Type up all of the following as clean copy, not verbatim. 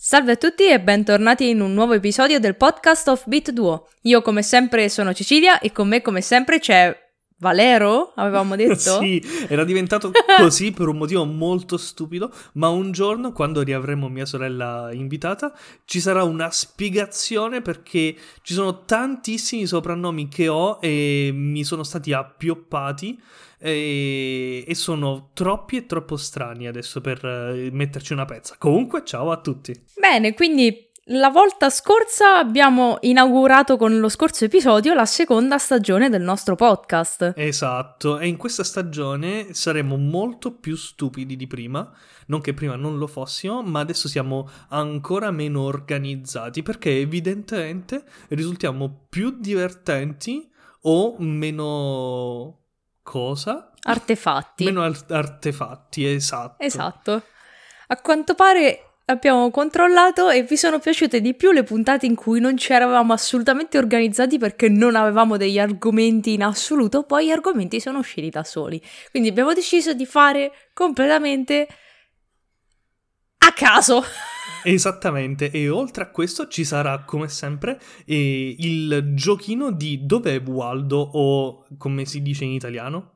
Salve a tutti e bentornati in un nuovo episodio del podcast of Beat Duo. Io come sempre sono Cecilia e con me come sempre c'è Valero, avevamo detto? Sì, era diventato così per un motivo molto stupido, ma un giorno quando riavremo mia sorella invitata ci sarà una spiegazione perché ci sono tantissimi soprannomi che ho e mi sono stati appioppati e sono troppi e troppo strani adesso per metterci una pezza. Comunque, ciao a tutti. Bene, quindi la volta scorsa abbiamo inaugurato con lo scorso episodio la seconda stagione del nostro podcast. Esatto, e in questa stagione saremo molto più stupidi di prima, non che prima non lo fossimo, ma adesso siamo ancora meno organizzati perché evidentemente risultiamo più divertenti o meno... cosa? Artefatti. Meno artefatti, esatto. Esatto. A quanto pare abbiamo controllato e vi sono piaciute di più le puntate in cui non ci eravamo assolutamente organizzati perché non avevamo degli argomenti in assoluto, poi gli argomenti sono usciti da soli. Quindi abbiamo deciso di fare completamente a caso. Esattamente, e oltre a questo ci sarà come sempre il giochino di dov'è Waldo o come si dice in italiano?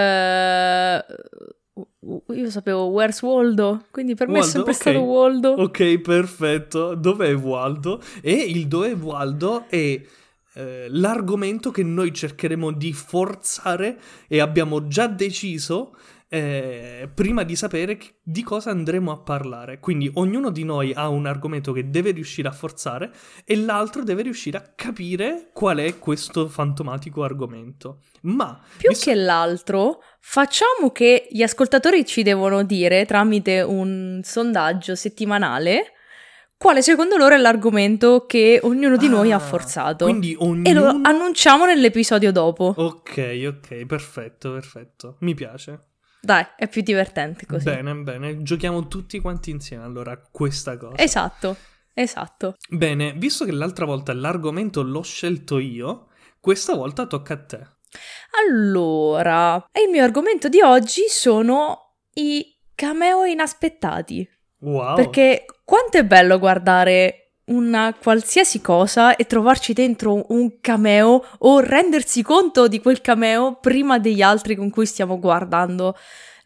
Io sapevo Where's Waldo, quindi per me è sempre ok. stato Waldo. Ok, perfetto, dov'è Waldo? E il dov'è Waldo è l'argomento che noi cercheremo di forzare e abbiamo già deciso prima di sapere di cosa andremo a parlare. Quindi ognuno di noi ha un argomento che deve riuscire a forzare e l'altro deve riuscire a capire qual è questo fantomatico argomento. Ma più che l'altro, facciamo che gli ascoltatori ci devono dire tramite un sondaggio settimanale quale secondo loro è l'argomento che ognuno di noi ha forzato. Quindi ognuno... E lo annunciamo nell'episodio dopo. Ok, perfetto. Mi piace. Dai, è più divertente così. Bene. Giochiamo tutti quanti insieme allora a questa cosa. Esatto. Bene, visto che l'altra volta l'argomento l'ho scelto io, questa volta tocca a te. Allora, il mio argomento di oggi sono i cameo inaspettati. Wow. Perché quanto è bello guardare una qualsiasi cosa e trovarci dentro un cameo o rendersi conto di quel cameo prima degli altri con cui stiamo guardando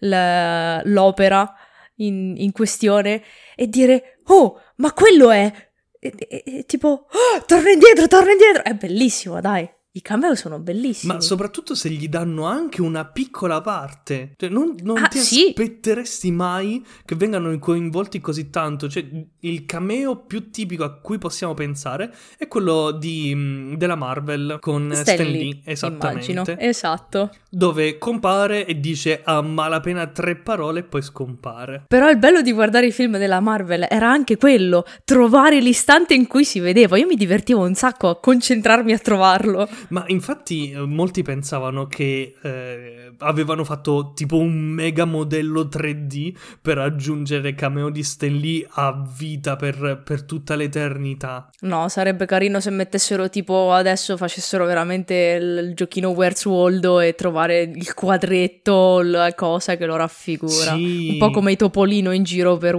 l'opera in questione e dire oh, ma quello è tipo oh, torna indietro, è bellissimo, dai. I cameo sono bellissimi. Ma soprattutto se gli danno anche una piccola parte. Cioè, non ti sì. aspetteresti mai che vengano coinvolti così tanto. Cioè, il cameo più tipico a cui possiamo pensare è quello della Marvel con Stan Lee. Esattamente. Immagino. Esatto. Dove compare e dice a malapena 3 parole e poi scompare. Però il bello di guardare i film della Marvel era anche quello, trovare l'istante in cui si vedeva. Io mi divertivo un sacco a concentrarmi a trovarlo. Ma infatti molti pensavano che avevano fatto tipo un mega modello 3D per aggiungere cameo di Stan Lee a vita per tutta l'eternità. No, sarebbe carino se mettessero tipo adesso facessero veramente il giochino Where's Waldo e trovare il quadretto, la cosa che lo raffigura. Sì. Un po' come i Topolino in giro per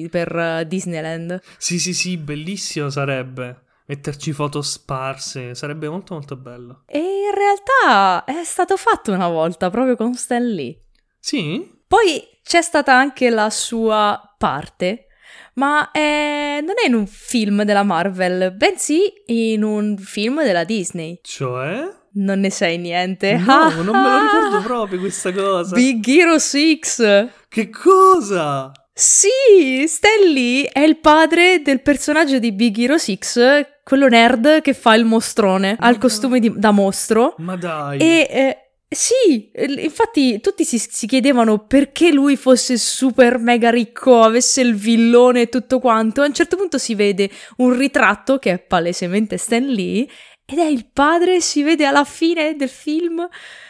Disneyland. Sì, bellissimo sarebbe. Metterci foto sparse, sarebbe molto molto bello. E in realtà è stato fatto una volta proprio con Stan Lee. Sì? Poi c'è stata anche la sua parte, ma non è in un film della Marvel, bensì in un film della Disney. Cioè? Non ne sai niente? No, non me lo ricordo proprio questa cosa. Big Hero 6! Che cosa? Sì, Stan Lee è il padre del personaggio di Big Hero 6, quello nerd che fa il mostrone, ha il costume da mostro. Ma dai! E sì, infatti tutti si chiedevano perché lui fosse super mega ricco, avesse il villone e tutto quanto. A un certo punto si vede un ritratto che è palesemente Stan Lee ed è il padre, si vede alla fine del film.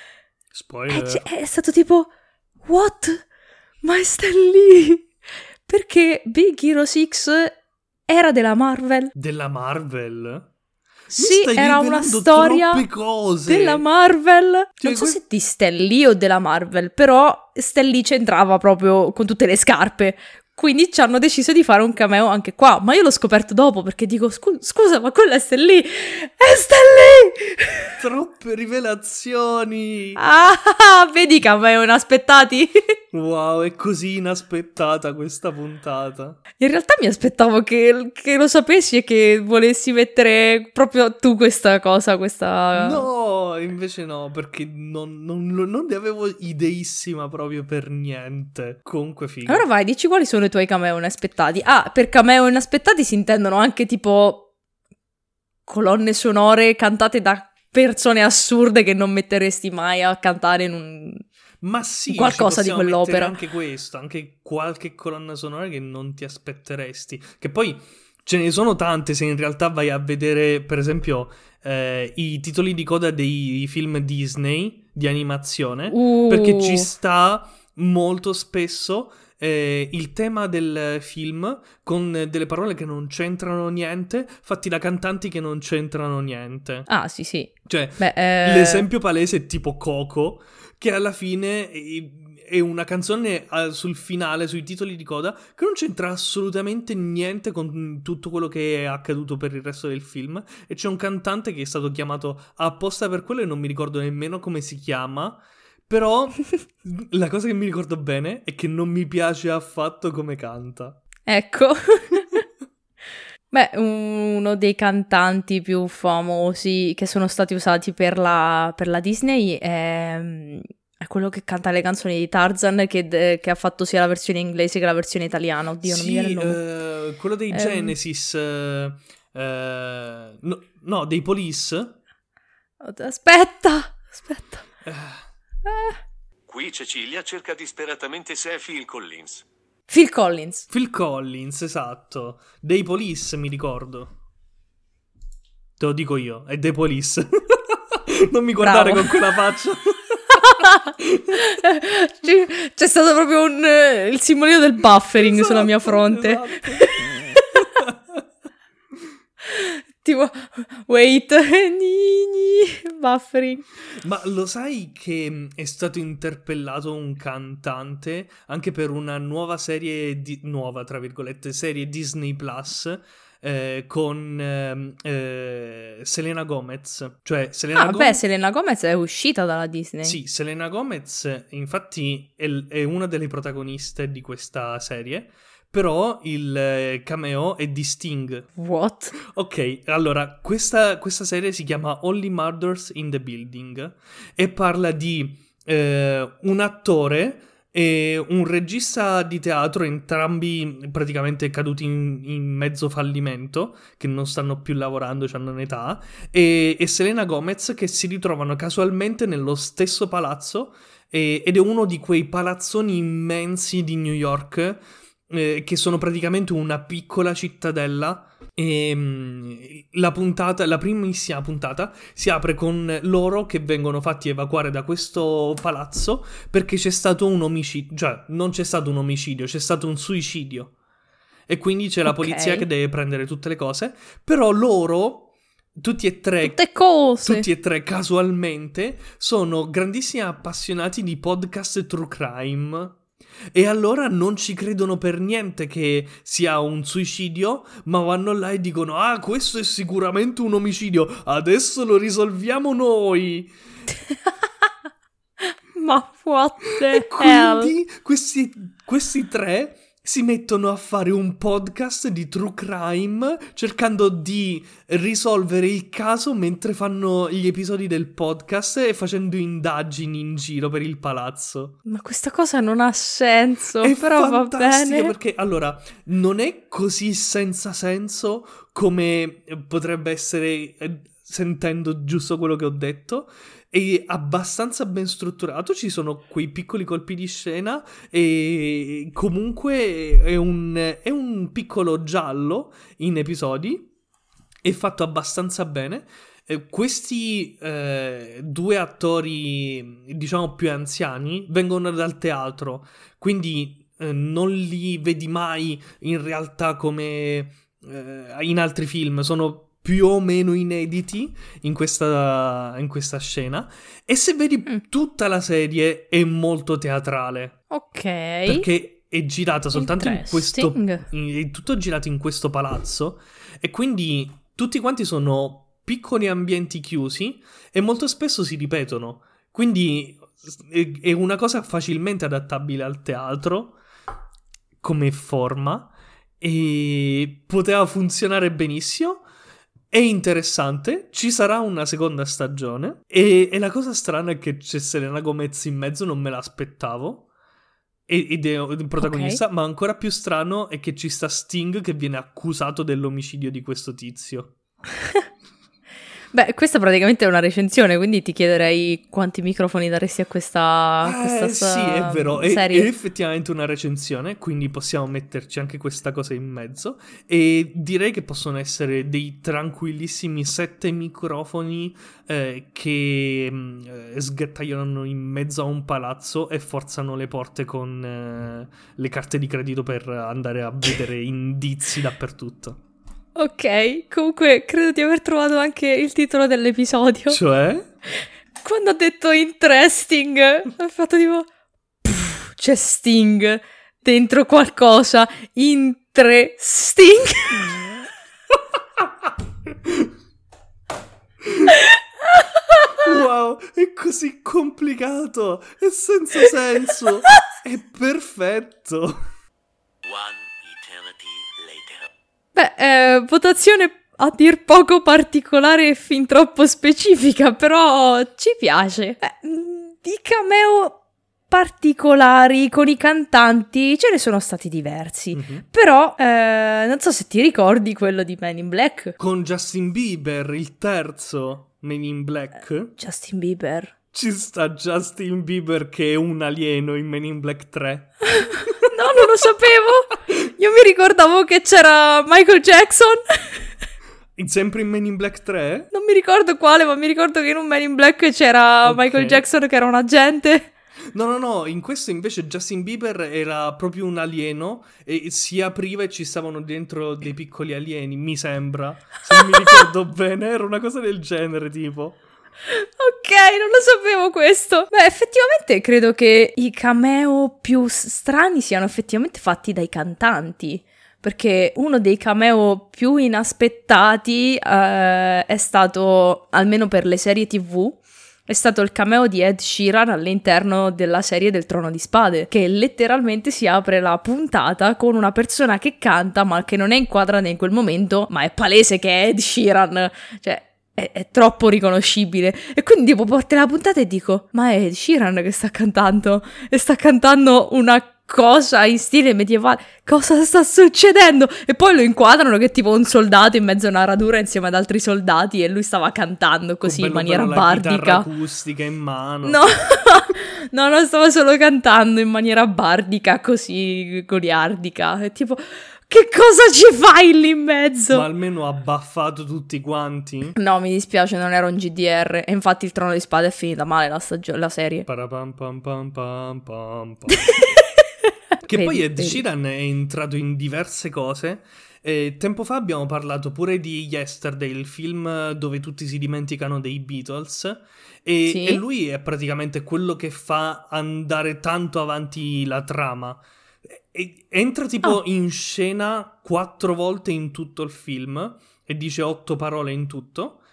Spoiler. È stato tipo, what? Ma è Stan Lee? Perché Big Hero 6 era della Marvel. Della Marvel? Sì, era una storia della Marvel. Non so se di Stan Lee o della Marvel, però Stan Lee c'entrava proprio con tutte le scarpe. Quindi ci hanno deciso di fare un cameo anche qua, ma io l'ho scoperto dopo perché dico scusa, ma quella è Stan Lee! È Stan Lee! Troppe rivelazioni! Ah, vedi cameo inaspettati? Wow, è così inaspettata questa puntata. In realtà mi aspettavo che lo sapessi e che volessi mettere proprio tu questa cosa, questa... No, invece no, perché non ne avevo ideissima proprio per niente. Comunque figo. Allora vai, dici quali sono i tuoi cameo inaspettati. Ah, per cameo inaspettati si intendono anche tipo colonne sonore cantate da persone assurde che non metteresti mai a cantare in un... Ma sì, qualcosa di quell'opera. Anche questo, anche qualche colonna sonora che non ti aspetteresti. Che poi ce ne sono tante se in realtà vai a vedere, per esempio, i titoli di coda dei film Disney di animazione, perché ci sta molto spesso il tema del film con delle parole che non c'entrano niente, fatti da cantanti che non c'entrano niente. Ah, sì, sì. Cioè, l'esempio palese è tipo Coco, che alla fine è una canzone sul finale, sui titoli di coda, che non c'entra assolutamente niente con tutto quello che è accaduto per il resto del film, e c'è un cantante che è stato chiamato apposta per quello e non mi ricordo nemmeno come si chiama, però la cosa che mi ricordo bene è che non mi piace affatto come canta. Ecco. Beh, uno dei cantanti più famosi che sono stati usati per la Disney è quello che canta le canzoni di Tarzan, che ha fatto sia la versione inglese che la versione italiana. Oddio, non mi viene il nome. Quello dei Genesis, no, dei Police. Aspetta. Qui Cecilia cerca disperatamente se è Phil Collins. Phil Collins, esatto. Dei Police, mi ricordo. Te lo dico io, è dei Police. Non mi guardare con quella faccia. C'è stato proprio il simbolino del buffering, esatto, sulla mia fronte. Esatto. Tipo, wait, buffering. Ma lo sai che è stato interpellato un cantante anche per una nuova serie, nuova tra virgolette, serie Disney Plus con Selena Gomez. Cioè, Selena Gomez è uscita dalla Disney. Sì, Selena Gomez infatti è una delle protagoniste di questa serie. Però il cameo è di Sting. What? Ok, allora, questa serie si chiama Only Murders in the Building e parla di un attore e un regista di teatro, entrambi praticamente caduti in mezzo fallimento, che non stanno più lavorando, hanno un'età, e Selena Gomez, che si ritrovano casualmente nello stesso palazzo, ed è uno di quei palazzoni immensi di New York, che sono praticamente una piccola cittadella. E la primissima puntata si apre con loro che vengono fatti evacuare da questo palazzo perché c'è stato un omicidio, cioè non c'è stato un omicidio, c'è stato un suicidio, e quindi c'è la polizia che deve prendere tutte le cose, però loro tutti e tre casualmente sono grandissimi appassionati di podcast true crime. E allora non ci credono per niente che sia un suicidio, ma vanno là e dicono: ah, questo è sicuramente un omicidio, adesso lo risolviamo noi. Ma what the e hell? Quindi questi tre si mettono a fare un podcast di true crime cercando di risolvere il caso mentre fanno gli episodi del podcast e facendo indagini in giro per il palazzo. Ma questa cosa non ha senso, è però va bene. Perché allora non è così senza senso come potrebbe essere sentendo giusto quello che ho detto. È abbastanza ben strutturato, ci sono quei piccoli colpi di scena e comunque è un piccolo giallo in episodi, è fatto abbastanza bene. Questi due attori, diciamo più anziani, vengono dal teatro, quindi non li vedi mai in realtà come in altri film, sono più o meno inediti in questa scena, e se vedi tutta la serie è molto teatrale. Ok. Perché è girata soltanto in questo... Interesting. È tutto girato in questo palazzo e quindi tutti quanti sono piccoli ambienti chiusi e molto spesso si ripetono. Quindi è una cosa facilmente adattabile al teatro come forma e poteva funzionare benissimo. È interessante, ci sarà una seconda stagione e la cosa strana è che c'è Selena Gomez in mezzo, non me l'aspettavo, ed è il protagonista, ma ancora più strano è che ci sta Sting che viene accusato dell'omicidio di questo tizio. Beh, questa praticamente è una recensione, quindi ti chiederei quanti microfoni daresti a questa Sì, è vero, serie. è effettivamente una recensione, quindi possiamo metterci anche questa cosa in mezzo e direi che possono essere dei tranquillissimi 7 microfoni che sgattaiolano in mezzo a un palazzo e forzano le porte con le carte di credito per andare a vedere indizi dappertutto. Ok, comunque credo di aver trovato anche il titolo dell'episodio. Cioè? Quando ho detto interesting, ho fatto tipo... c'è Sting dentro qualcosa. Interesting. Wow, è così complicato, è senza senso, è perfetto. One eternity later. Beh, votazione a dir poco particolare e fin troppo specifica, però ci piace. Di cameo particolari con i cantanti ce ne sono stati diversi, però non so se ti ricordi quello di Men in Black. Con Justin Bieber, il terzo Men in Black. Justin Bieber. Ci sta Justin Bieber che è un alieno in Men in Black 3. No, non lo sapevo. Io mi ricordavo che c'era Michael Jackson. Sempre in Men in Black 3? Non mi ricordo quale, ma mi ricordo che in un Men in Black c'era Michael Jackson che era un agente. No, in questo invece Justin Bieber era proprio un alieno e si apriva e ci stavano dentro dei piccoli alieni, mi sembra, se mi ricordo bene, era una cosa del genere tipo. Ok, non lo sapevo questo. Beh, effettivamente credo che i cameo più strani siano effettivamente fatti dai cantanti, perché uno dei cameo più inaspettati è stato, almeno per le serie TV, è stato il cameo di Ed Sheeran all'interno della serie del Trono di Spade, che letteralmente si apre la puntata con una persona che canta ma che non è inquadrata in quel momento, ma è palese che è Ed Sheeran, cioè è troppo riconoscibile. E quindi tipo porto la puntata e dico, ma è Ed Sheeran che sta cantando? E sta cantando una cosa in stile medievale, cosa sta succedendo? E poi lo inquadrano che è tipo un soldato in mezzo a una radura insieme ad altri soldati e lui stava cantando così in maniera bardica, chitarra acustica in mano. no non stava solo cantando in maniera bardica così goliardica, è tipo, che cosa ci fai lì in mezzo? Ma almeno ha baffato tutti quanti. No, mi dispiace, non era un GDR. E infatti il Trono di Spade è finita male la serie. Parapam pam pam pam pam pam. Che poi Ed Sheeran è entrato in diverse cose. Tempo fa abbiamo parlato pure di Yesterday, il film dove tutti si dimenticano dei Beatles. E lui è praticamente quello che fa andare tanto avanti la trama. Entra tipo in scena 4 volte in tutto il film e dice 8 parole in tutto.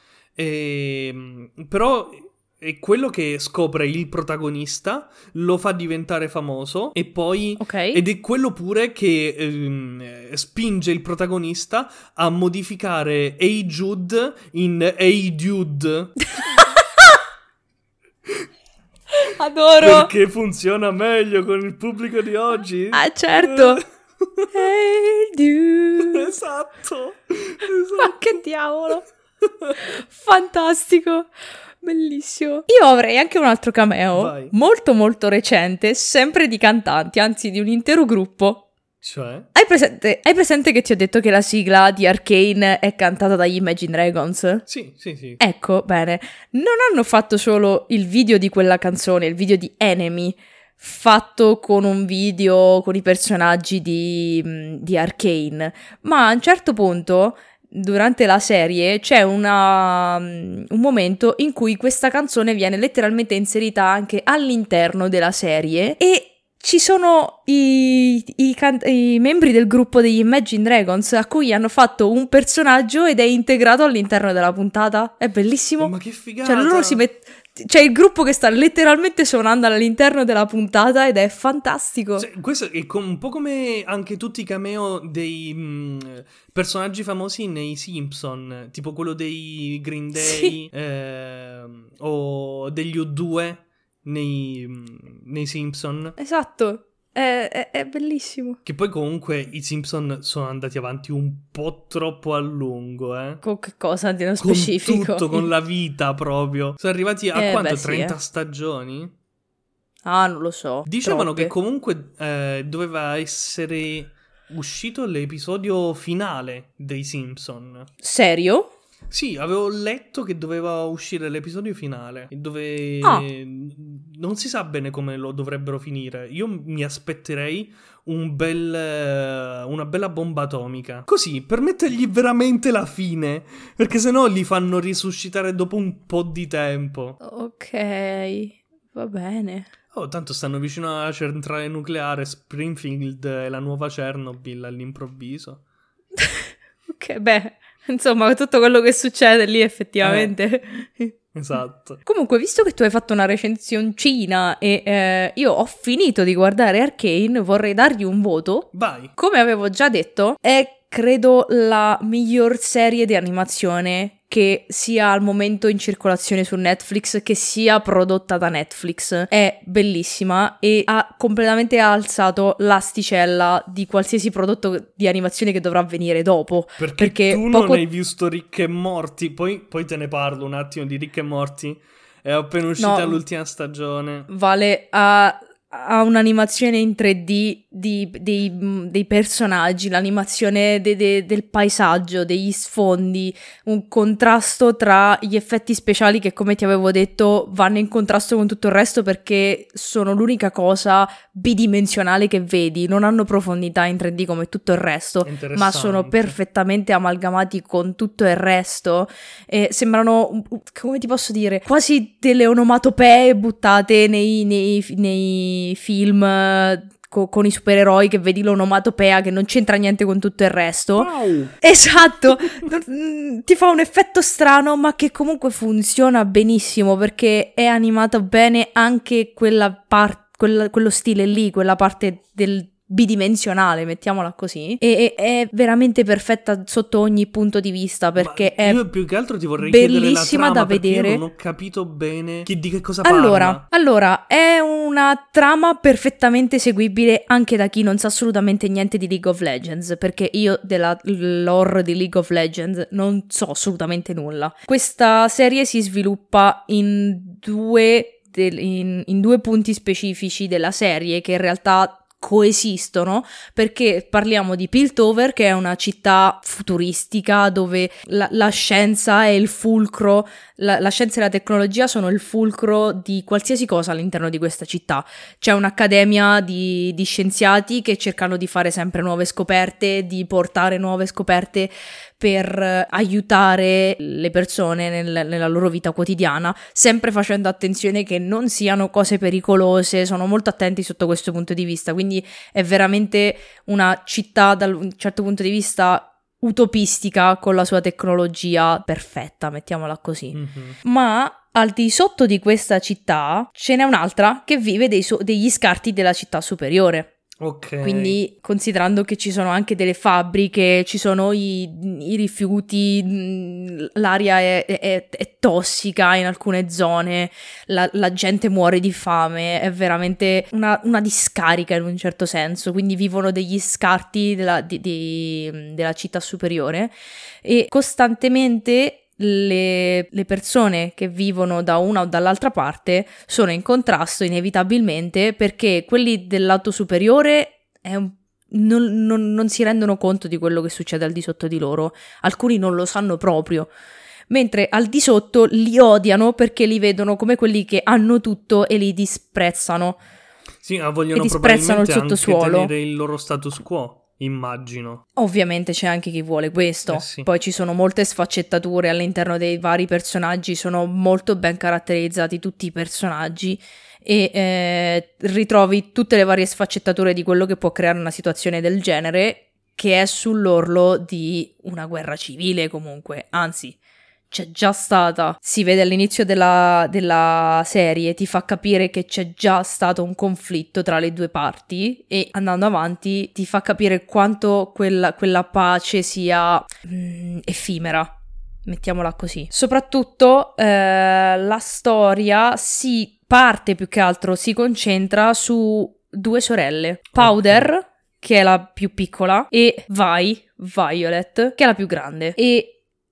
Però è quello che scopre il protagonista, lo fa diventare famoso e poi ed è quello pure che spinge il protagonista a modificare Hey Jude in Hey Dude. Adoro! Perché funziona meglio con il pubblico di oggi. Ah, certo! Hey dude! Esatto! Ma che diavolo! Fantastico! Bellissimo. Io avrei anche un altro cameo, molto molto recente, sempre di cantanti, anzi di un intero gruppo. Cioè? Hai presente che ti ho detto che la sigla di Arcane è cantata dagli Imagine Dragons? Sì. Ecco, bene. Non hanno fatto solo il video di quella canzone, il video di Enemy, fatto con un video con i personaggi di Arcane, ma a un certo punto, durante la serie, c'è un momento in cui questa canzone viene letteralmente inserita anche all'interno della serie e ci sono i membri del gruppo degli Imagine Dragons a cui hanno fatto un personaggio ed è integrato all'interno della puntata. È bellissimo. Ma che figata! Cioè loro c'è il gruppo che sta letteralmente suonando all'interno della puntata ed è fantastico. Cioè, questo è un po' come anche tutti i cameo dei personaggi famosi nei Simpson, tipo quello dei Green Day, Sì. O degli U2 nei Simpson. Esatto, è bellissimo. Che poi comunque i Simpson sono andati avanti un po' troppo a lungo, Con che cosa nello con specifico? tutto, con la vita proprio. Sono arrivati a quanto? Sì, 30 stagioni? Ah, non lo so. Dicevano troppe. che comunque doveva essere uscito l'episodio finale dei Simpson. Serio? Sì, avevo letto che doveva uscire l'episodio finale, dove non si sa bene come lo dovrebbero finire. Io mi aspetterei una bella bomba atomica. Così, per mettergli veramente la fine, perché sennò li fanno risuscitare dopo un po' di tempo. Ok, va bene. Oh, tanto stanno vicino alla centrale nucleare, Springfield e la nuova Chernobyl all'improvviso. Ok, beh, insomma, tutto quello che succede lì effettivamente. Esatto. Comunque, visto che tu hai fatto una recensioncina e io ho finito di guardare Arcane, vorrei dargli un voto. Vai. Come avevo già detto, è credo la miglior serie di animazione che sia al momento in circolazione su Netflix, che sia prodotta da Netflix. È bellissima e ha completamente alzato l'asticella di qualsiasi prodotto di animazione che dovrà venire dopo. Perché tu non hai visto Rick e Morty, poi te ne parlo un attimo di Rick e Morty. È appena uscita l'ultima stagione. Vale ha un'animazione in 3D dei personaggi, l'animazione del paesaggio, degli sfondi, un contrasto tra gli effetti speciali che, come ti avevo detto, vanno in contrasto con tutto il resto perché sono l'unica cosa bidimensionale che vedi, non hanno profondità in 3D come tutto il resto, ma sono perfettamente amalgamati con tutto il resto e sembrano, come ti posso dire, quasi delle onomatopee buttate nei film con i supereroi, che vedi l'onomatopea che non c'entra niente con tutto il resto. Wow. Esatto, ti fa un effetto strano ma che comunque funziona benissimo perché è animata bene anche quella quello stile lì, quella parte del bidimensionale, mettiamola così, e è veramente perfetta sotto ogni punto di vista perché è io più che altro ti vorrei chiedere la trama, da vedere. Io non ho capito bene di che cosa parla. Allora, è una trama perfettamente seguibile anche da chi non sa assolutamente niente di League of Legends, perché io della lore di League of Legends non so assolutamente nulla. Questa serie si sviluppa in due punti specifici della serie che in realtà coesistono, perché parliamo di Piltover, che è una città futuristica dove la scienza è il fulcro, la scienza e la tecnologia sono il fulcro di qualsiasi cosa all'interno di questa città. C'è un'accademia di scienziati che cercano di fare sempre nuove scoperte, di portare nuove scoperte per aiutare le persone nella loro vita quotidiana, sempre facendo attenzione che non siano cose pericolose, sono molto attenti sotto questo punto di vista, quindi è veramente una città da un certo punto di vista utopistica con la sua tecnologia perfetta, mettiamola così. Mm-hmm. Ma al di sotto di questa città ce n'è un'altra che vive degli scarti della città superiore. Ok. Quindi, considerando che ci sono anche delle fabbriche, ci sono i rifiuti, l'aria è tossica in alcune zone, la gente muore di fame, è veramente una discarica in un certo senso, quindi vivono degli scarti della città superiore e costantemente le persone che vivono da una o dall'altra parte sono in contrasto inevitabilmente, perché quelli del lato superiore non si rendono conto di quello che succede al di sotto di loro, alcuni non lo sanno proprio, mentre al di sotto li odiano perché li vedono come quelli che hanno tutto e li disprezzano. Sì, ma vogliono disprezzano il sottosuolo, anche tenere il loro status quo. Immagino. Ovviamente c'è anche chi vuole questo, sì. Poi ci sono molte sfaccettature all'interno dei vari personaggi, sono molto ben caratterizzati tutti i personaggi e ritrovi tutte le varie sfaccettature di quello che può creare una situazione del genere, che è sull'orlo di una guerra civile comunque, anzi c'è già stata, si vede all'inizio della serie, ti fa capire che c'è già stato un conflitto tra le due parti e andando avanti ti fa capire quanto quella pace sia effimera, mettiamola così. Soprattutto la storia si concentra su due sorelle, Powder, che è la più piccola, e Violet, che è la più grande, e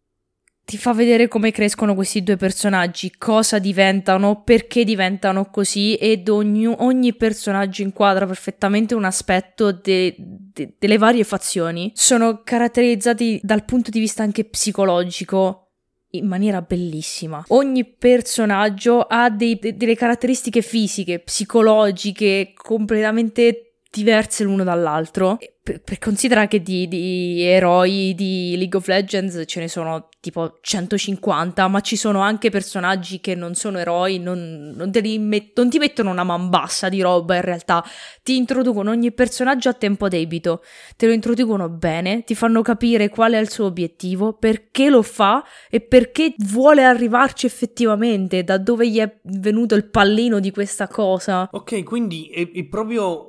ti fa vedere come crescono questi due personaggi, cosa diventano, perché diventano così, ed ogni personaggio inquadra perfettamente un aspetto delle varie fazioni. Sono caratterizzati dal punto di vista anche psicologico in maniera bellissima. Ogni personaggio ha delle caratteristiche fisiche, psicologiche, completamente diverse l'uno dall'altro. Per considera che di eroi di League of Legends ce ne sono tipo 150, ma ci sono anche personaggi che non sono eroi, non ti mettono una man bassa di roba, in realtà ti introducono ogni personaggio a tempo debito, te lo introducono bene, ti fanno capire qual è il suo obiettivo, perché lo fa e perché vuole arrivarci effettivamente, da dove gli è venuto il pallino di questa cosa. Ok, quindi è proprio...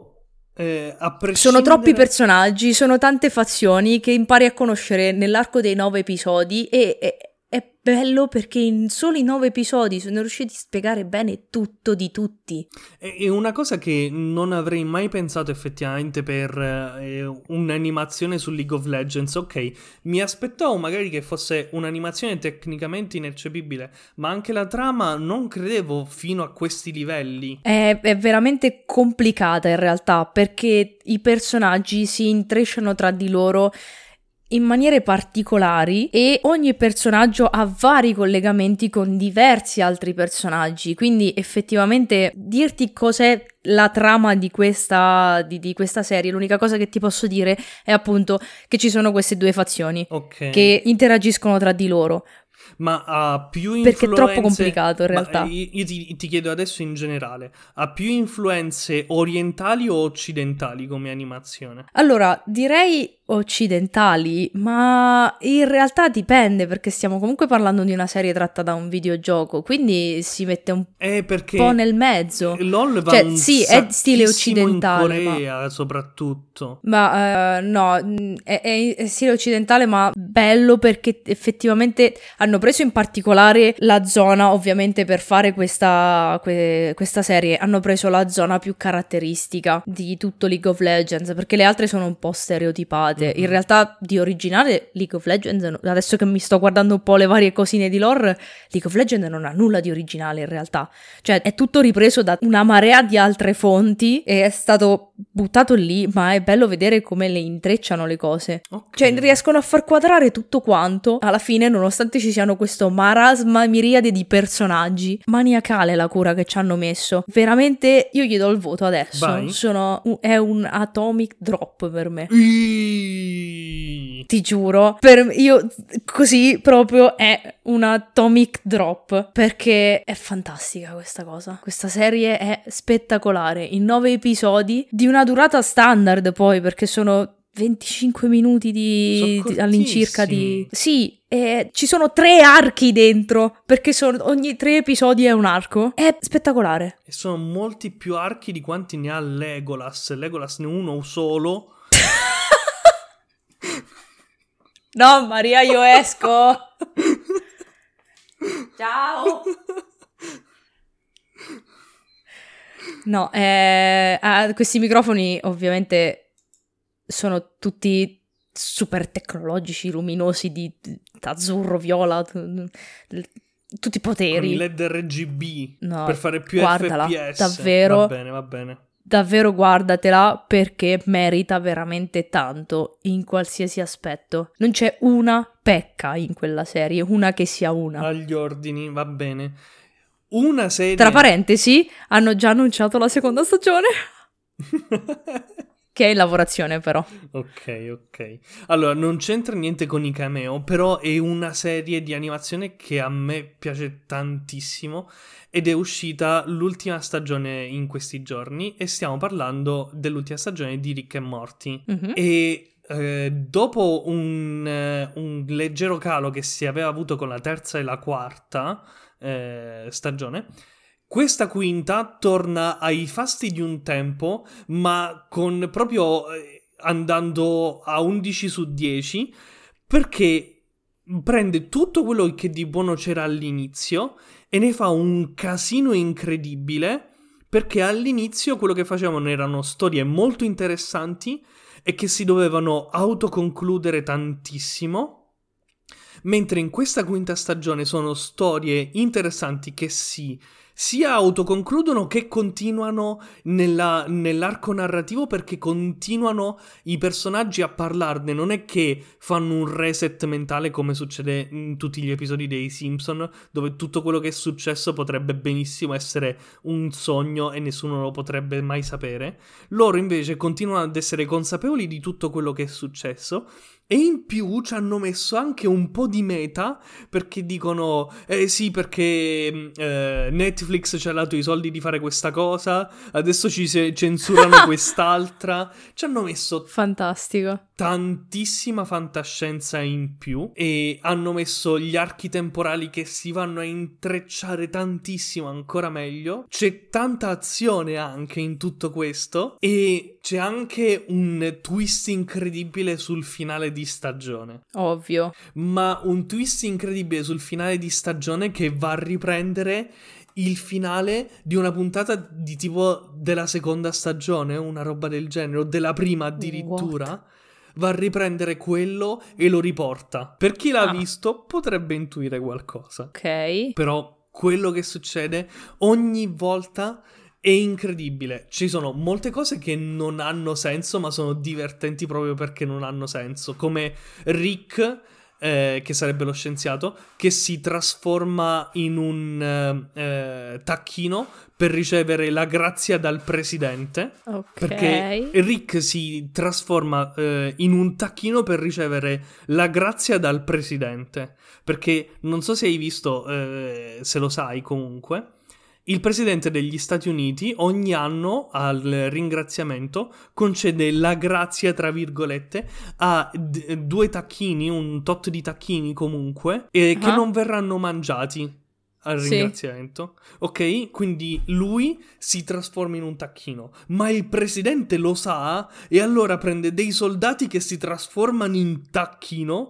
Sono troppi personaggi, sono tante fazioni che impari a conoscere nell'arco dei 9 episodi e è bello perché in soli 9 episodi sono riusciti a spiegare bene tutto di tutti. È una cosa che non avrei mai pensato effettivamente per un'animazione su League of Legends. Ok, mi aspettavo magari che fosse un'animazione tecnicamente ineccepibile, ma anche la trama non credevo fino a questi livelli. È veramente complicata in realtà, perché i personaggi si intrecciano tra di loro in maniere particolari e ogni personaggio ha vari collegamenti con diversi altri personaggi, quindi effettivamente dirti cos'è la trama di questa serie, l'unica cosa che ti posso dire è appunto che ci sono queste due fazioni che interagiscono tra di loro. Ma ha più influenze... Perché è troppo complicato in realtà. Io ti chiedo adesso in generale, ha più influenze orientali o occidentali come animazione? Allora, direi occidentali, ma in realtà dipende, perché stiamo comunque parlando di una serie tratta da un videogioco, quindi si mette un po' nel mezzo. LOL va sì, è stile occidentale, in Corea soprattutto. Ma no, è stile occidentale, ma bello perché effettivamente hanno preso in particolare la zona, ovviamente per fare questa serie, hanno preso la zona più caratteristica di tutto League of Legends, perché le altre sono un po' stereotipate. In realtà di originale League of Legends, adesso che mi sto guardando un po' le varie cosine di lore, League of Legends non ha nulla di originale in realtà, cioè è tutto ripreso da una marea di altre fonti e è stato buttato lì, ma è bello vedere come le intrecciano le cose. Cioè riescono a far quadrare tutto quanto alla fine, nonostante ci siano questo marasma miriade di personaggi. Maniacale la cura che ci hanno messo, veramente. Io gli do il voto adesso. Vai. È un atomic drop per me. Ti giuro, io così proprio è un atomic drop, perché è fantastica questa cosa. Questa serie è spettacolare, in 9 episodi di una durata standard, poi, perché sono 25 minuti all'incirca di... Sì, ci sono 3 archi dentro, perché ogni 3 episodi è un arco. È spettacolare. E sono molti più archi di quanti ne ha Legolas. Legolas ne ha uno solo. No, Maria, io esco. Ciao. No, questi microfoni ovviamente sono tutti super tecnologici, luminosi, di azzurro, viola, tutti poteri. Con i LED RGB, no, per fare più guardala, FPS. Davvero. Va bene. Davvero guardatela, perché merita veramente tanto in qualsiasi aspetto. Non c'è una pecca in quella serie, una che sia una. Agli ordini, va bene. Una serie... Tra parentesi, hanno già annunciato la seconda stagione. Che è in lavorazione però. Ok. Allora, non c'entra niente con i cameo, però è una serie di animazione che a me piace tantissimo ed è uscita l'ultima stagione in questi giorni e stiamo parlando dell'ultima stagione di Rick e Morty. Mhm. E dopo un leggero calo che si aveva avuto con la terza e la quarta stagione, questa quinta torna ai fasti di un tempo, ma con proprio andando a 11 su 10, perché prende tutto quello che di buono c'era all'inizio e ne fa un casino incredibile, perché all'inizio quello che facevano erano storie molto interessanti e che si dovevano autoconcludere tantissimo, mentre in questa quinta stagione sono storie interessanti che sia autoconcludono che continuano nell'arco narrativo, perché continuano i personaggi a parlarne, non è che fanno un reset mentale come succede in tutti gli episodi dei Simpson, dove tutto quello che è successo potrebbe benissimo essere un sogno e nessuno lo potrebbe mai sapere. Loro invece continuano ad essere consapevoli di tutto quello che è successo. E in più ci hanno messo anche un po' di meta, perché dicono sì, perché Netflix ci ha dato i soldi di fare questa cosa, adesso censurano quest'altra. Ci hanno messo Fantastico. tantissima fantascienza in più e hanno messo gli archi temporali che si vanno a intrecciare tantissimo, ancora meglio. C'è tanta azione anche in tutto questo e c'è anche un twist incredibile sul finale di stagione. Ovvio. Ma un twist incredibile sul finale di stagione che va a riprendere il finale di una puntata di tipo della seconda stagione, una roba del genere, o della prima addirittura. What? Va a riprendere quello e lo riporta. Per chi l'ha visto potrebbe intuire qualcosa. Ok. Però quello che succede ogni volta è incredibile. Ci sono molte cose che non hanno senso, ma sono divertenti proprio perché non hanno senso. Come Rick, che sarebbe lo scienziato, che si trasforma in un tacchino per ricevere la grazia dal presidente. Ok. Perché Rick si trasforma in un tacchino per ricevere la grazia dal presidente. Perché non so se hai visto, se lo sai comunque, il presidente degli Stati Uniti ogni anno al ringraziamento concede la grazia, tra virgolette, a due tacchini, un tot di tacchini comunque, che non verranno mangiati al ringraziamento. Ok? Quindi lui si trasforma in un tacchino, ma il presidente lo sa e allora prende dei soldati che si trasformano in tacchino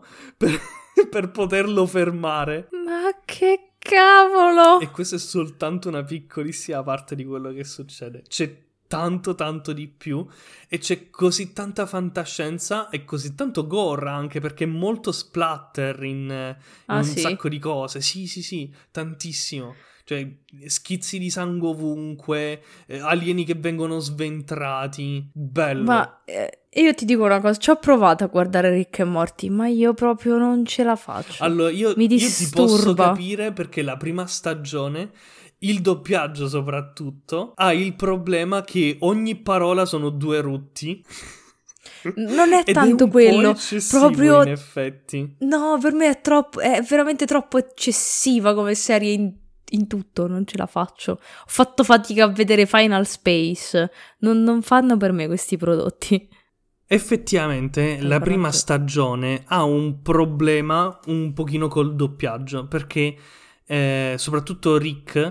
per poterlo fermare. Ma che cavolo! E questa è soltanto una piccolissima parte di quello che succede. C'è tanto di più e c'è così tanta fantascienza e così tanto gore anche, perché è molto splatter in un sacco di cose. Sì, tantissimo. Cioè, schizzi di sangue ovunque, alieni che vengono sventrati. Bello. Ma io ti dico una cosa, ci ho provato a guardare Rick e Morty, ma io proprio non ce la faccio. Allora, io ti posso capire, perché la prima stagione, il doppiaggio soprattutto, ha il problema che ogni parola sono due rutti. Non è ed tanto è un quello, po' eccessivo, proprio in effetti. No, per me è veramente troppo eccessiva come serie in tutto, non ce la faccio. Ho fatto fatica a vedere Final Space, non fanno per me questi prodotti. Effettivamente la prima stagione ha un problema un pochino col doppiaggio, perché soprattutto Rick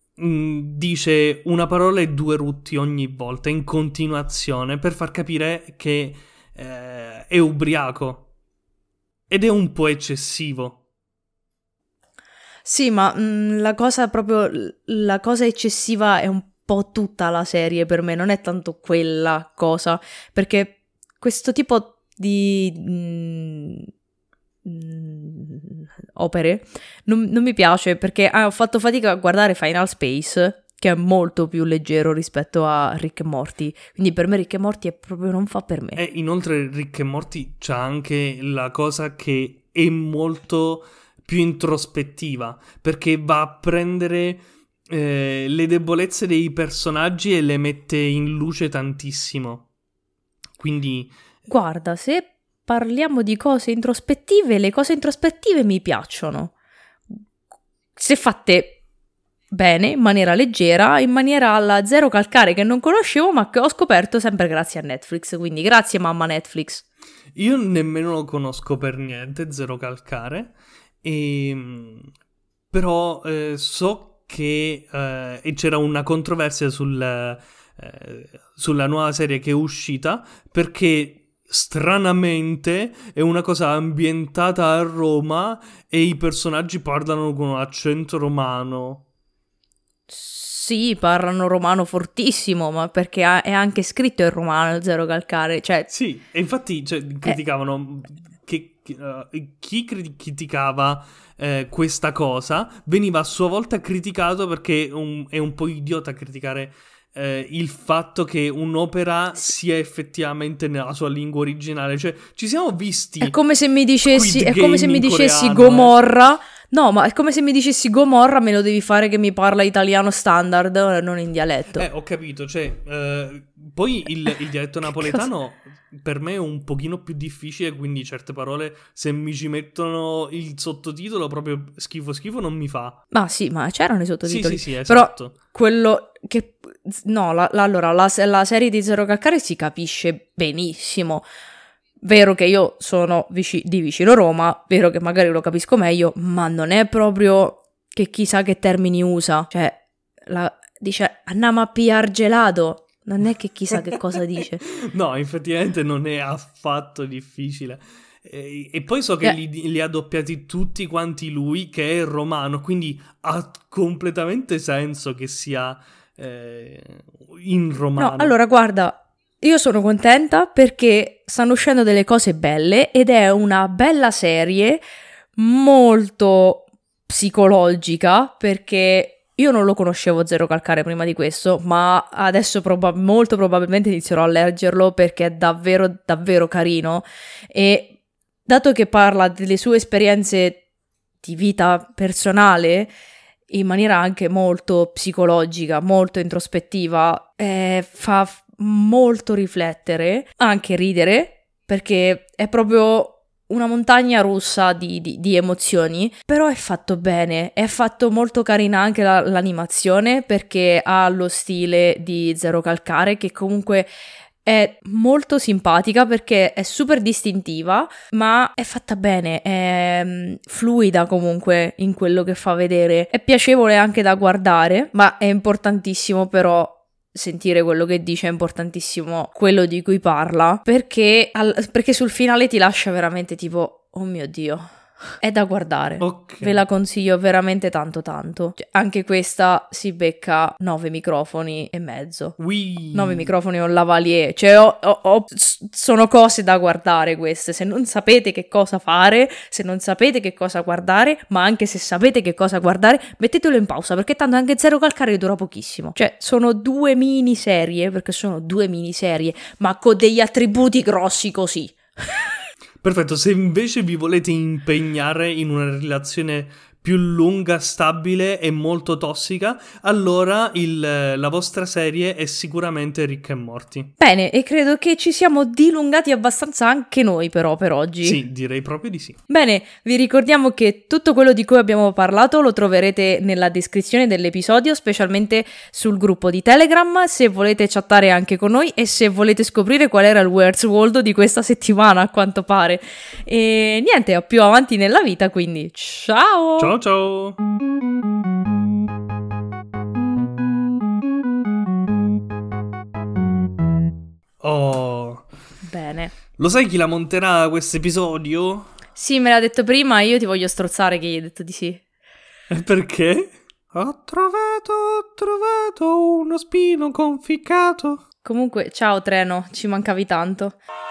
dice una parola e due rutti ogni volta in continuazione per far capire che è ubriaco, ed è un po' eccessivo. Sì, ma la cosa eccessiva è un po' tutta la serie per me, non è tanto quella cosa, perché questo tipo di opere non mi piace, perché ho fatto fatica a guardare Final Space, che è molto più leggero rispetto a Rick e Morty, quindi per me Rick e Morty proprio non fa per me. E inoltre Rick e Morty c'ha anche la cosa che è molto più introspettiva, perché va a prendere le debolezze dei personaggi e le mette in luce tantissimo. Quindi... Guarda, se parliamo di cose introspettive, le cose introspettive mi piacciono. Se fatte bene, in maniera leggera, in maniera alla Zero Calcare che non conoscevo ma che ho scoperto sempre grazie a Netflix, quindi grazie mamma Netflix. Io nemmeno lo conosco per niente, Zero Calcare, però so che c'era una controversia sulla nuova serie che è uscita, perché stranamente è una cosa ambientata a Roma e i personaggi parlano con un accento romano. Sì, parlano romano fortissimo, ma perché è anche scritto in romano Zero Calcare, cioè... Sì, e infatti criticavano chi criticava questa cosa veniva a sua volta criticato perché è un po' idiota criticare il fatto che un'opera sia effettivamente nella sua lingua originale. Cioè, ci siamo visti... È come se mi dicessi coreano, Gomorra... No, ma è come se mi dicessi Gomorra, me lo devi fare che mi parla italiano standard, non in dialetto. Ho capito, cioè, poi il dialetto napoletano per me è un pochino più difficile, quindi certe parole, se mi ci mettono il sottotitolo proprio schifo non mi fa. Ma sì, ma c'erano i sottotitoli. Sì, esatto. Però quello che... No, allora, la serie di Zero Calcare si capisce benissimo. Vero che io sono di vicino Roma, vero che magari lo capisco meglio, ma non è proprio che chissà che termini usa. Cioè, dice andiamo a pigliar gelato, non è che chissà che cosa dice. No, effettivamente non è affatto difficile. E poi so che li ha doppiati tutti quanti lui, che è romano, quindi ha completamente senso che sia in romano. No, allora guarda... Io sono contenta perché stanno uscendo delle cose belle ed è una bella serie molto psicologica, perché io non lo conoscevo Zero Calcare prima di questo, ma adesso molto probabilmente inizierò a leggerlo perché è davvero davvero carino, e dato che parla delle sue esperienze di vita personale in maniera anche molto psicologica, molto introspettiva, fa molto riflettere, anche ridere, perché è proprio una montagna russa di emozioni, però è fatto bene, è fatto molto carina anche l'animazione, perché ha lo stile di Zero Calcare, che comunque è molto simpatica perché è super distintiva, ma è fatta bene, è fluida comunque in quello che fa vedere, è piacevole anche da guardare, ma è importantissimo però sentire quello che dice, è importantissimo quello di cui parla, perché sul finale ti lascia veramente tipo, oh mio Dio, è da guardare. Okay. Ve la consiglio veramente tanto. Cioè, anche questa si becca 9 microfoni e mezzo. 9 microfoni e un lavalier. Cioè sono cose da guardare queste. Se non sapete che cosa fare, se non sapete che cosa guardare, ma anche se sapete che cosa guardare, mettetelo in pausa, perché tanto anche Zero Calcare dura pochissimo. Cioè sono 2 miniserie, perché sono 2 miniserie, ma con degli attributi grossi così. Perfetto, se invece vi volete impegnare in una relazione più lunga, stabile e molto tossica, allora la vostra serie è sicuramente Rick e Morty. Bene, e credo che ci siamo dilungati abbastanza anche noi però per oggi. Sì, direi proprio di sì. Bene, vi ricordiamo che tutto quello di cui abbiamo parlato lo troverete nella descrizione dell'episodio, specialmente sul gruppo di Telegram, se volete chattare anche con noi e se volete scoprire qual era il Where's Waldo di questa settimana, a quanto pare. E niente, a più avanti nella vita, quindi ciao! Ciao! Oh. Bene. Lo sai chi la monterà questo episodio? Sì, me l'ha detto prima, io ti voglio strozzare che gli hai detto di sì. Perché? Ho trovato uno spino conficcato. Comunque, ciao treno, ci mancavi tanto.